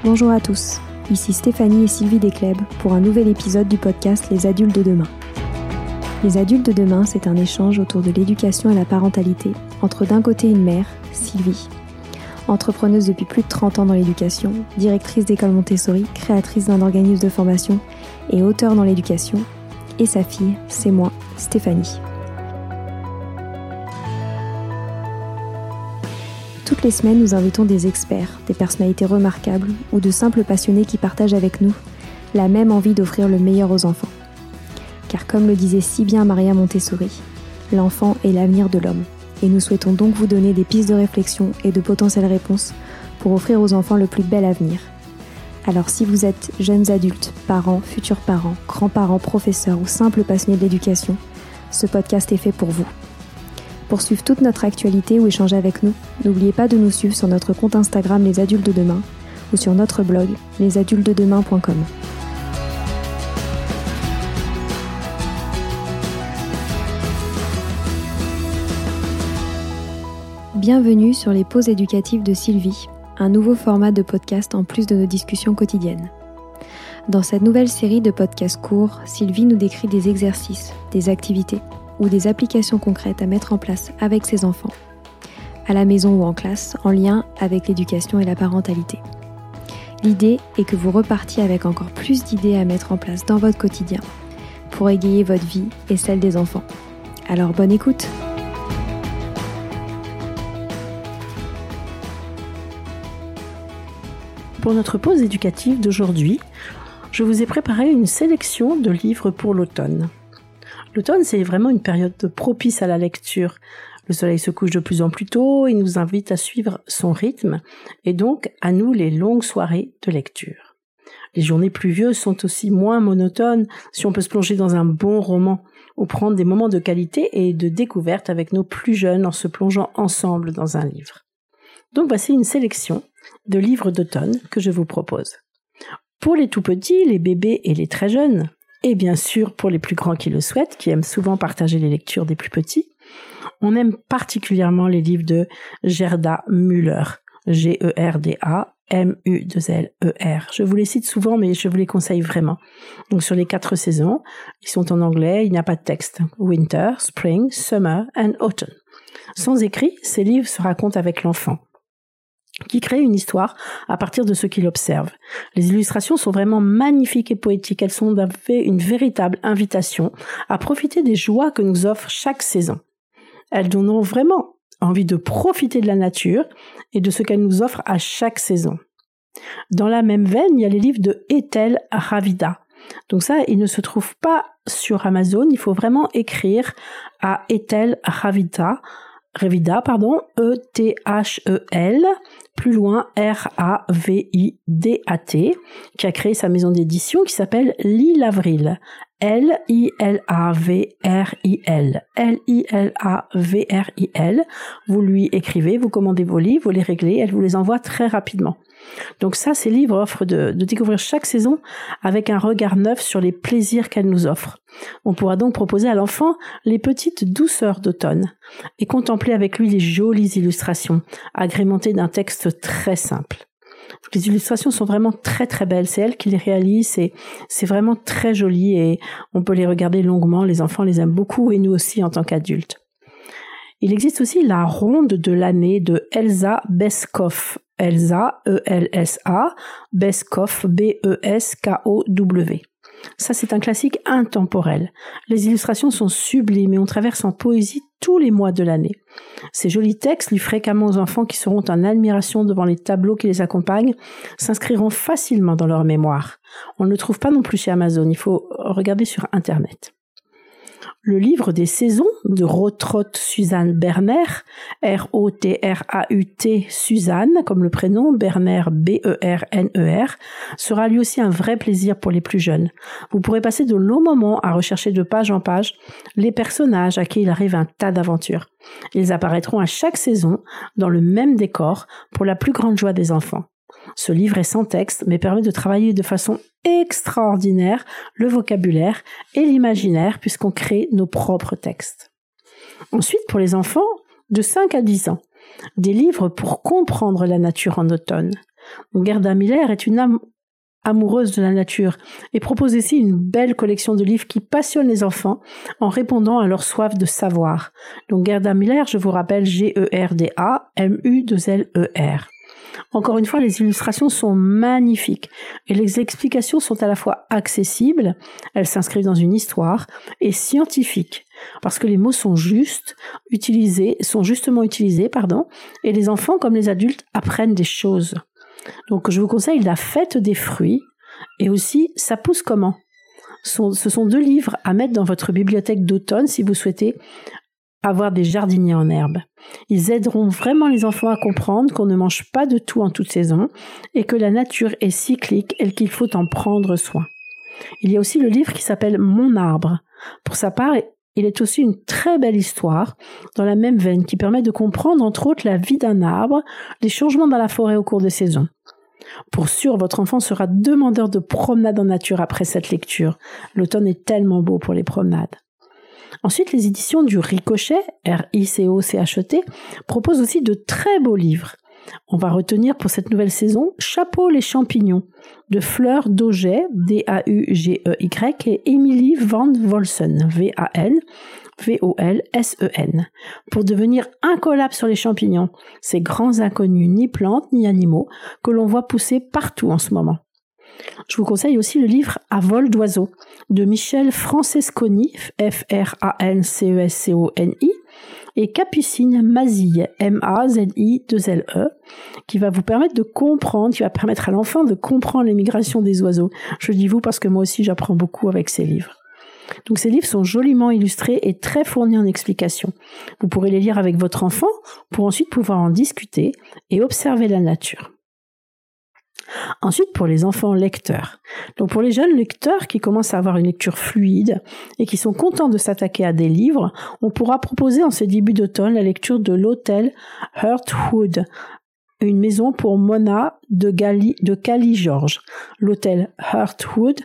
Bonjour à tous, ici Stéphanie et Sylvie Desclèbes pour un nouvel épisode du podcast Les Adultes de demain. Les Adultes de demain, c'est un échange autour de l'éducation et la parentalité entre d'un côté une mère, Sylvie, entrepreneuse depuis plus de 30 ans dans l'éducation, directrice d'école Montessori, créatrice d'un organisme de formation et auteure dans l'éducation, et sa fille, c'est moi, Stéphanie. Toutes les semaines, nous invitons des experts, des personnalités remarquables ou de simples passionnés qui partagent avec nous la même envie d'offrir le meilleur aux enfants. Car comme le disait si bien Maria Montessori, l'enfant est l'avenir de l'homme. Et nous souhaitons donc vous donner des pistes de réflexion et de potentielles réponses pour offrir aux enfants le plus bel avenir. Alors si vous êtes jeunes adultes, parents, futurs parents, grands-parents, professeurs ou simples passionnés de l'éducation, ce podcast est fait pour vous. Pour suivre toute notre actualité ou échanger avec nous, n'oubliez pas de nous suivre sur notre compte Instagram Les Adultes de Demain ou sur notre blog lesadultesdedemain.com. Bienvenue sur les pauses éducatives de Sylvie, un nouveau format de podcast en plus de nos discussions quotidiennes. Dans cette nouvelle série de podcasts courts, Sylvie nous décrit des exercices, des activités ou des applications concrètes à mettre en place avec ses enfants, à la maison ou en classe, en lien avec l'éducation et la parentalité. L'idée est que vous repartiez avec encore plus d'idées à mettre en place dans votre quotidien pour égayer votre vie et celle des enfants. Alors bonne écoute! Pour notre pause éducative d'aujourd'hui, je vous ai préparé une sélection de livres pour l'automne. L'automne, c'est vraiment une période propice à la lecture. Le soleil se couche de plus en plus tôt, il nous invite à suivre son rythme et donc à nous les longues soirées de lecture. Les journées pluvieuses sont aussi moins monotones si on peut se plonger dans un bon roman ou prendre des moments de qualité et de découverte avec nos plus jeunes en se plongeant ensemble dans un livre. Donc voici une sélection de livres d'automne que je vous propose. Pour les tout petits, les bébés et les très jeunes, et bien sûr pour les plus grands qui le souhaitent, qui aiment souvent partager les lectures des plus petits, on aime particulièrement les livres de Gerda Müller, Gerda M-U-2-L-E-R. Je vous les cite souvent, mais je vous les conseille vraiment. Donc sur les 4 saisons, ils sont en anglais, il n'y a pas de texte. Winter, Spring, Summer and Autumn. Sans écrit, ces livres se racontent avec l'enfant, qui crée une histoire à partir de ce qu'il observe. Les illustrations sont vraiment magnifiques et poétiques. Elles sont une véritable invitation à profiter des joies que nous offre chaque saison. Elles donnent vraiment envie de profiter de la nature et de ce qu'elle nous offre à chaque saison. Dans la même veine, il y a les livres de Ethel Ravida. Donc ça, il ne se trouve pas sur Amazon. Il faut vraiment écrire à Ethel Ravida, E-T-H-E-L, plus loin R-A-V-I-D-A-T, qui a créé sa maison d'édition qui s'appelle Lilavrill. L-I-L-A-V-R-I-L. L-I-L-A-V-R-I-L. Vous lui écrivez, vous commandez vos livres, vous les réglez, elle vous les envoie très rapidement. Donc ça, ces livres offrent de découvrir chaque saison avec un regard neuf sur les plaisirs qu'elle nous offre. On pourra donc proposer à l'enfant les petites douceurs d'automne et contempler avec lui les jolies illustrations, agrémentées d'un texte très simple. Les illustrations sont vraiment très très belles, c'est elle qui les réalise, c'est vraiment très joli et on peut les regarder longuement, les enfants les aiment beaucoup et nous aussi en tant qu'adultes. Il existe aussi la ronde de l'année de Elsa Beskow. Elsa, E-L-S-A, Beskow, B-E-S-K-O-W. Ça, c'est un classique intemporel. Les illustrations sont sublimes et on traverse en poésie tous les mois de l'année. Ces jolis textes, lus fréquemment aux enfants qui seront en admiration devant les tableaux qui les accompagnent, s'inscriront facilement dans leur mémoire. On ne le trouve pas non plus chez Amazon, il faut regarder sur Internet. Le livre des saisons de Rotraut Suzanne Berner, R-O-T-R-A-U-T Suzanne, comme le prénom, Berner B-E-R-N-E-R, sera lui aussi un vrai plaisir pour les plus jeunes. Vous pourrez passer de longs moments à rechercher de page en page les personnages à qui il arrive un tas d'aventures. Ils apparaîtront à chaque saison dans le même décor pour la plus grande joie des enfants. Ce livre est sans texte, mais permet de travailler de façon extraordinaire le vocabulaire et l'imaginaire puisqu'on crée nos propres textes. Ensuite, pour les enfants de 5 à 10 ans, des livres pour comprendre la nature en automne. Donc Gerda Miller est une âme amoureuse de la nature et propose ici une belle collection de livres qui passionnent les enfants en répondant à leur soif de savoir. Donc Gerda Miller, je vous rappelle Gerda Muller. Encore une fois, les illustrations sont magnifiques et les explications sont à la fois accessibles, elles s'inscrivent dans une histoire, et scientifiques, parce que les mots sont justement utilisés, et les enfants comme les adultes apprennent des choses. Donc je vous conseille La Fête des fruits et aussi Ça pousse comment. Ce sont 2 livres à mettre dans votre bibliothèque d'automne si vous souhaitez avoir des jardiniers en herbe. Ils aideront vraiment les enfants à comprendre qu'on ne mange pas de tout en toute saison et que la nature est cyclique et qu'il faut en prendre soin. Il y a aussi le livre qui s'appelle Mon arbre. Pour sa part, il est aussi une très belle histoire dans la même veine qui permet de comprendre entre autres la vie d'un arbre, les changements dans la forêt au cours des saisons. Pour sûr, votre enfant sera demandeur de promenades en nature après cette lecture. L'automne est tellement beau pour les promenades. Ensuite, les éditions du Ricochet, R-I-C-O-C-H-E-T, proposent aussi de très beaux livres. On va retenir pour cette nouvelle saison Chapeau les champignons de Fleur Dauget, D-A-U-G-E-Y, et Emily Van Volsen, V-A-N-V-O-L-S-E-N, pour devenir incollable sur les champignons, ces grands inconnus, ni plantes ni animaux, que l'on voit pousser partout en ce moment. Je vous conseille aussi le livre À vol d'oiseau de Michel Francesconi, F-R-A-N-C-E-S-C-O-N-I, et Capucine Mazille, M-A-Z-I-2-L-E, qui va vous permettre de comprendre, qui va permettre à l'enfant de comprendre les migrations des oiseaux. Je dis vous parce que moi aussi j'apprends beaucoup avec ces livres. Donc ces livres sont joliment illustrés et très fournis en explications. Vous pourrez les lire avec votre enfant pour ensuite pouvoir en discuter et observer la nature. Ensuite, pour les enfants lecteurs. Donc pour les jeunes lecteurs qui commencent à avoir une lecture fluide et qui sont contents de s'attaquer à des livres, on pourra proposer en ce début d'automne la lecture de l'hôtel Heartwood, une maison pour Mona de Cali George. L'hôtel Heartwood,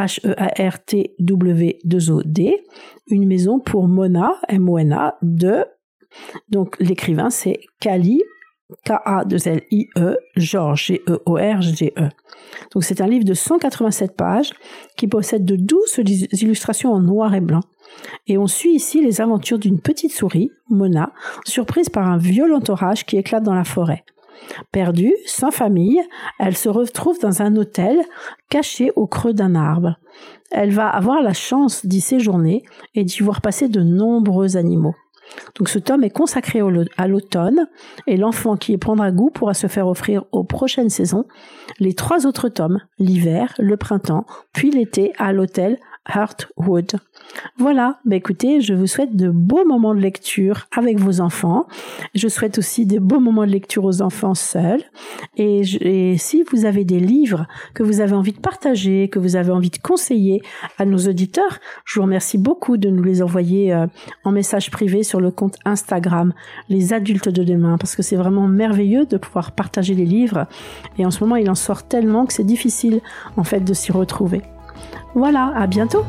H-E-A-R-T-W-2-O-D, une maison pour Mona, M-O-N-A, donc l'écrivain c'est Cali, K-A-2-L-I-E, George, G-E-O-R-G-E. Donc c'est un livre de 187 pages qui possède de douces illustrations en noir et blanc. Et on suit ici les aventures d'une petite souris, Mona, surprise par un violent orage qui éclate dans la forêt. Perdue, sans famille, elle se retrouve dans un hôtel caché au creux d'un arbre. Elle va avoir la chance d'y séjourner et d'y voir passer de nombreux animaux. Donc ce tome est consacré à l'automne et l'enfant qui y prendra goût pourra se faire offrir aux prochaines saisons les 3 autres tomes, l'hiver, le printemps, puis l'été à l'hôtel Heartwood. Voilà, écoutez, je vous souhaite de beaux moments de lecture avec vos enfants. Je souhaite aussi de beaux moments de lecture aux enfants seuls. Et si vous avez des livres que vous avez envie de partager, que vous avez envie de conseiller à nos auditeurs, je vous remercie beaucoup de nous les envoyer en message privé sur le compte Instagram Les Adultes de Demain, parce que c'est vraiment merveilleux de pouvoir partager les livres. Et en ce moment, il en sort tellement que c'est difficile en fait de s'y retrouver. Voilà, à bientôt.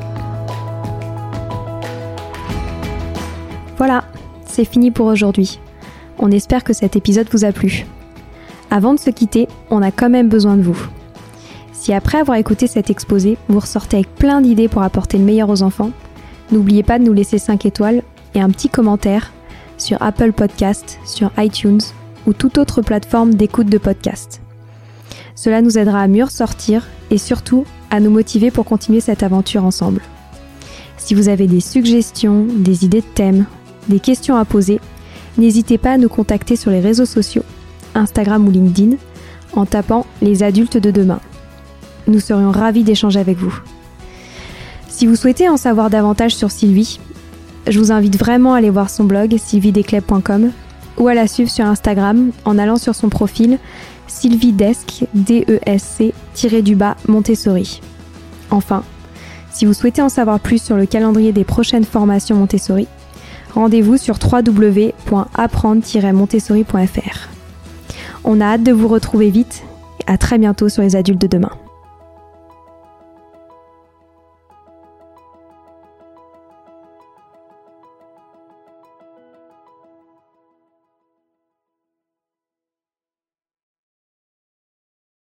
Voilà, c'est fini pour aujourd'hui. On espère que cet épisode vous a plu. Avant de se quitter, on a quand même besoin de vous. Si après avoir écouté cet exposé, vous ressortez avec plein d'idées pour apporter le meilleur aux enfants, n'oubliez pas de nous laisser 5 étoiles et un petit commentaire sur Apple Podcasts, sur iTunes ou toute autre plateforme d'écoute de podcast. Cela nous aidera à mieux ressortir et surtout à nous motiver pour continuer cette aventure ensemble. Si vous avez des suggestions, des idées de thèmes, des questions à poser, n'hésitez pas à nous contacter sur les réseaux sociaux, Instagram ou LinkedIn, en tapant Les Adultes de Demain. Nous serions ravis d'échanger avec vous. Si vous souhaitez en savoir davantage sur Sylvie, je vous invite vraiment à aller voir son blog sylviedesclèves.com ou à la suivre sur Instagram en allant sur son profil Sylviedesc, D-E-S-C-Montessori. Enfin, si vous souhaitez en savoir plus sur le calendrier des prochaines formations Montessori, rendez-vous sur www.apprendre-montessori.fr. On a hâte de vous retrouver vite et à très bientôt sur Les Adultes de Demain.